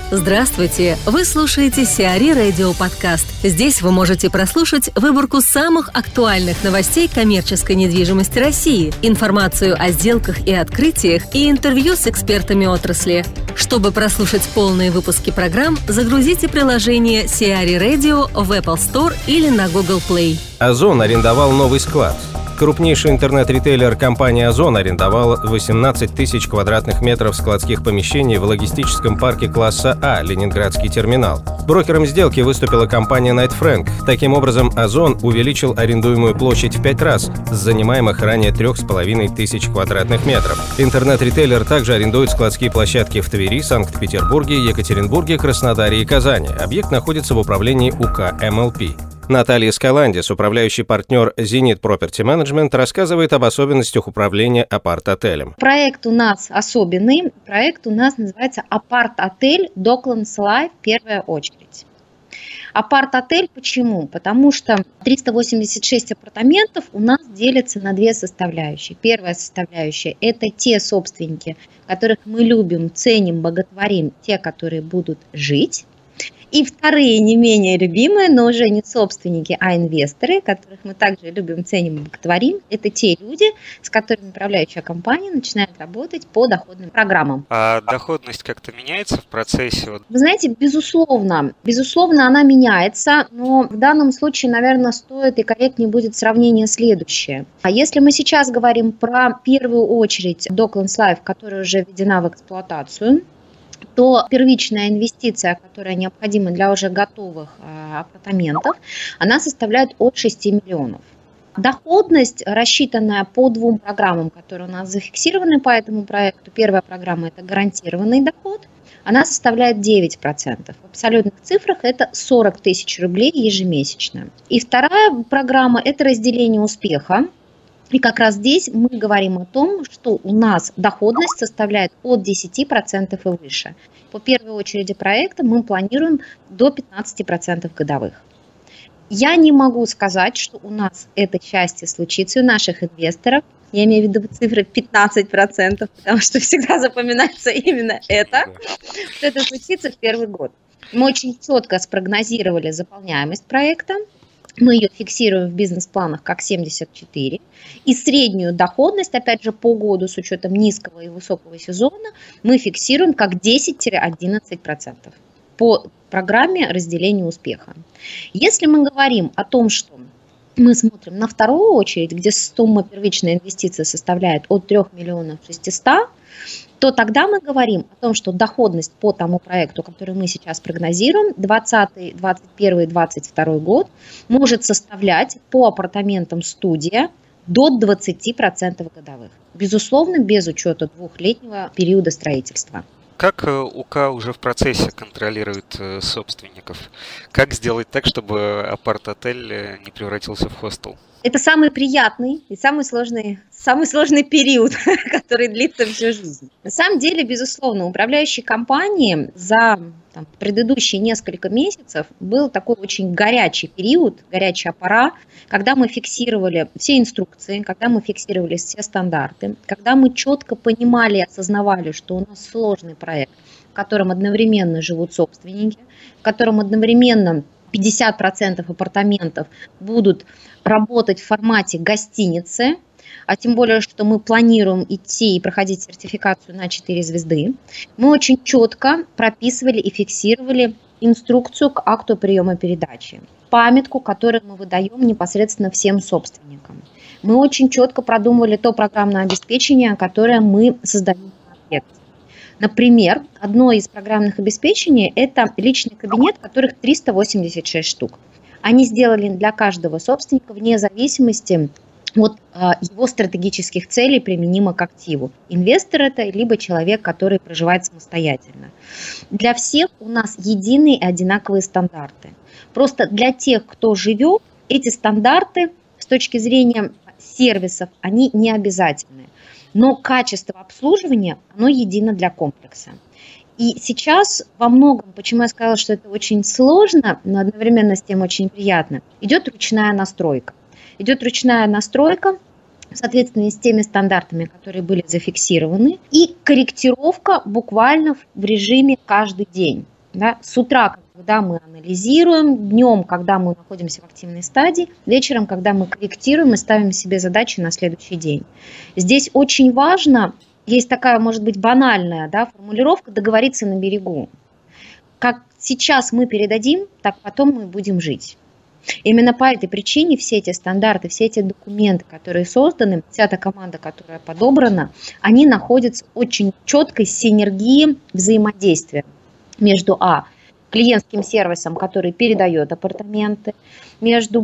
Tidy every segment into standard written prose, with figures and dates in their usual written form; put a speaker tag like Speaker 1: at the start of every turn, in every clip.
Speaker 1: Здравствуйте! Вы слушаете Сиари Радио Подкаст. Здесь вы можете прослушать выборку самых актуальных новостей коммерческой недвижимости России, информацию о сделках и открытиях и интервью с экспертами отрасли. Чтобы прослушать полные выпуски программ, загрузите приложение Сиари Radio в Apple Store или на Google Play.
Speaker 2: Озон арендовал новый склад. Крупнейший интернет-ритейлер компании «Озон» арендовал 18 тысяч квадратных метров складских помещений в логистическом парке класса А «Ленинградский терминал». Брокером сделки выступила компания Knight Frank. Таким образом, «Озон» увеличил арендуемую площадь в 5 раз с занимаемых ранее 3,5 тысяч квадратных метров. Интернет-ритейлер также арендует складские площадки в Твери, Санкт-Петербурге, Екатеринбурге, Краснодаре и Казани. Объект находится в управлении УК МЛП. Наталья Скаландис, управляющий партнер «Зенит Property Management», рассказывает об особенностях управления апарт-отелем.
Speaker 3: Проект у нас особенный. Проект у нас называется апарт-отель Docklands Life в первую очередь. Апарт-отель почему? Потому что 386 апартаментов у нас делятся на две составляющие. Первая составляющая – это те собственники, которых мы любим, ценим, боготворим, те, которые будут жить. И вторые, не менее любимые, но уже не собственники, а инвесторы, которых мы также любим, ценим и боготворим, это те люди, с которыми управляющая компания начинает работать по доходным программам.
Speaker 4: А доходность как-то меняется в процессе?
Speaker 3: Вы знаете, безусловно, она меняется, но в данном случае, наверное, стоит и корректнее будет сравнение следующее. А если мы сейчас говорим про первую очередь Docklands Life, которая уже введена в эксплуатацию, то первичная инвестиция, которая необходима для уже готовых апартаментов, она составляет от 6 миллионов. Доходность, рассчитанная по двум программам, которые у нас зафиксированы по этому проекту. Первая программа – это гарантированный доход, она составляет 9%. В абсолютных цифрах это 40 тысяч рублей ежемесячно. И вторая программа – это разделение успеха. И как раз здесь мы говорим о том, что у нас доходность составляет от 10% и выше. По первой очереди проекта мы планируем до 15% годовых. Я не могу сказать, что у нас это счастье случится у наших инвесторов. Я имею в виду цифры 15%, потому что всегда запоминается именно это. Что это случится в первый год. Мы очень четко спрогнозировали заполняемость проекта. Мы ее фиксируем в бизнес-планах как 74. И среднюю доходность, опять же, по году с учетом низкого и высокого сезона, мы фиксируем как 10-11% по программе разделения успеха. Если мы говорим о том, что мы смотрим на вторую очередь, где сумма первичной инвестиции составляет от 3 миллионов 600, то тогда мы говорим о том, что доходность по тому проекту, который мы сейчас прогнозируем, 2020, 2021 и 2022 год, может составлять по апартаментам студия до 20% годовых. Безусловно, без учета двухлетнего периода строительства.
Speaker 4: Как УК уже в процессе контролирует собственников? Как сделать так, чтобы апарт-отель не превратился в хостел?
Speaker 3: Это самый приятный и самый сложный период, который длится всю жизнь. На самом деле, безусловно, управляющей компании за предыдущие несколько месяцев был такой очень горячий период, горячая пора, когда мы фиксировали все инструкции, когда мы фиксировали все стандарты, когда мы четко понимали и осознавали, что у нас сложный проект, в котором одновременно живут собственники, в котором одновременно 50% апартаментов будут работать в формате гостиницы, а тем более, что мы планируем идти и проходить сертификацию на 4 звезды, мы очень четко прописывали и фиксировали инструкцию к акту приема передачи, памятку, которую мы выдаем непосредственно всем собственникам. Мы очень четко продумывали то программное обеспечение, которое мы создаем на объекте. Например, одно из программных обеспечений – это личный кабинет, которых 386 штук. Они сделали для каждого собственника вне зависимости от его стратегических целей применимо к активу. Инвестор это, либо человек, который проживает самостоятельно. Для всех у нас единые и одинаковые стандарты. Просто для тех, кто живет, эти стандарты с точки зрения сервисов, они не обязательны. Но качество обслуживания, оно едино для комплекса. И сейчас во многом, почему я сказала, что это очень сложно, но одновременно с тем очень приятно, идет ручная настройка. Идет ручная настройка в соответствии с теми стандартами, которые были зафиксированы, и корректировка буквально в режиме каждый день. Да? С утра, когда мы анализируем, днем, когда мы находимся в активной стадии, вечером, когда мы корректируем и ставим себе задачи на следующий день. Здесь очень важно, есть такая, может быть, банальная, да, формулировка «договориться на берегу». Как сейчас мы передадим, так потом мы будем жить. Именно по этой причине все эти стандарты, все эти документы, которые созданы, вся эта команда, которая подобрана, они находятся в очень четкой синергии взаимодействия между клиентским сервисом, который передает апартаменты, между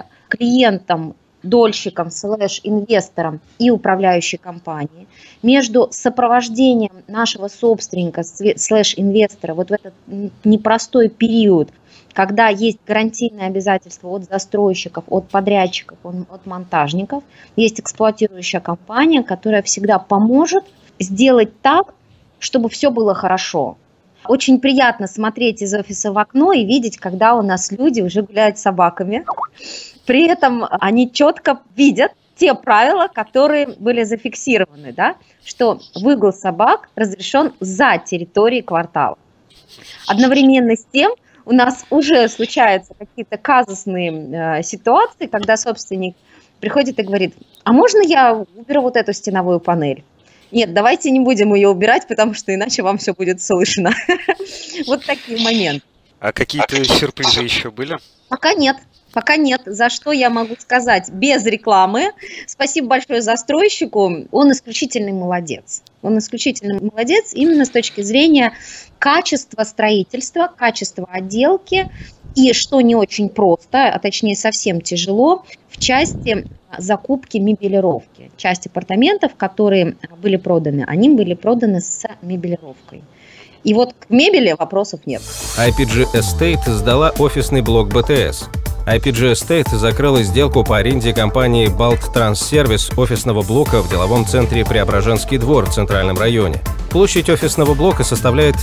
Speaker 3: клиентом, дольщиком, /инвестором и управляющей компанией, между сопровождением нашего собственника, /инвестора вот в этот непростой период, когда есть гарантийные обязательства от застройщиков, от подрядчиков, от монтажников, есть эксплуатирующая компания, которая всегда поможет сделать так, чтобы все было хорошо. Очень приятно смотреть из офиса в окно и видеть, когда у нас люди уже гуляют с собаками. При этом они четко видят те правила, которые были зафиксированы, да, что выгул собак разрешен за территорией квартала. Одновременно с тем у нас уже случаются какие-то казусные ситуации, когда собственник приходит и говорит: а можно я уберу вот эту стеновую панель? Нет, давайте не будем ее убирать, потому что иначе вам все будет слышно. Вот такие моменты.
Speaker 4: А какие-то сюрпризы еще были?
Speaker 3: Пока нет. Пока нет. За что я могу сказать без рекламы. Спасибо большое застройщику. Он исключительный молодец. Он исключительный молодец именно с точки зрения качества строительства, качества отделки и, что не очень просто, а точнее совсем тяжело, в части закупки мебелировки. Часть апартаментов, которые были проданы, они были проданы с мебелировкой. И вот к мебели вопросов нет.
Speaker 2: IPG Estate сдала офисный блок БТС. IPG Estate закрыла сделку по аренде компании Balttranservice офисного блока в деловом центре Преображенский двор в Центральном районе. Площадь офисного блока составляет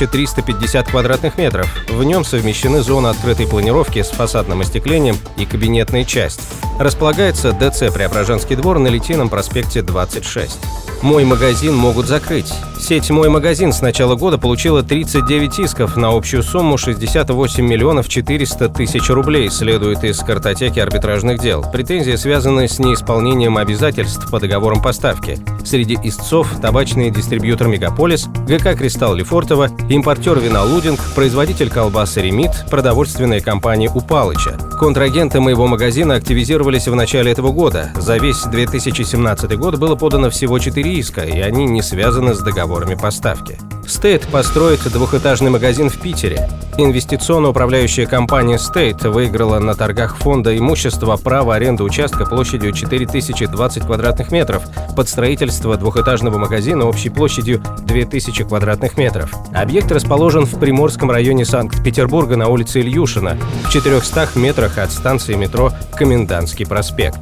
Speaker 2: 1350 квадратных метров. В нем совмещены зоны открытой планировки с фасадным остеклением и кабинетная часть. Располагается ДЦ Преображенский двор на Литейном проспекте 26. «Мой магазин» могут закрыть. Сеть «Мой магазин» с начала года получила 39 исков на общую сумму 68 миллионов 400 тысяч рублей, следует из картотеки арбитражных дел. Претензии связаны с неисполнением обязательств по договорам поставки. Среди истцов табачный дистрибьютор «Мегаполис», ГК «Кристалл» Лефортово, импортер вина «Лудинг», производитель колбасы «Ремит», продовольственная компания «У Палыча». Контрагенты «Моего магазина» активизировались в начале этого года. За весь 2017 год было подано всего 4 иска, и они не связаны с договорами поставки. State построит двухэтажный магазин в Питере. Инвестиционно-управляющая компания State выиграла на торгах фонда имущества право аренды участка площадью 4020 квадратных метров под строительство двухэтажного магазина общей площадью 2000 квадратных метров. Объект расположен в Приморском районе Санкт-Петербурга на улице Ильюшина, в 400 метрах от станции метро Комендантский проспект.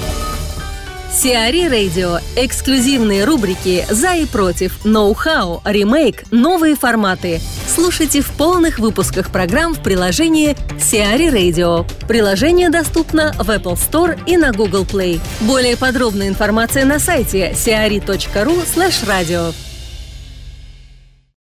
Speaker 1: Сиари Radio. Эксклюзивные рубрики «За и против», «Ноу-хау», «Ремейк», «Новые форматы». Слушайте в полных выпусках программ в приложении Сиари Radio. Приложение доступно в Apple Store и на Google Play. Более подробная информация на сайте siari.ru/radio.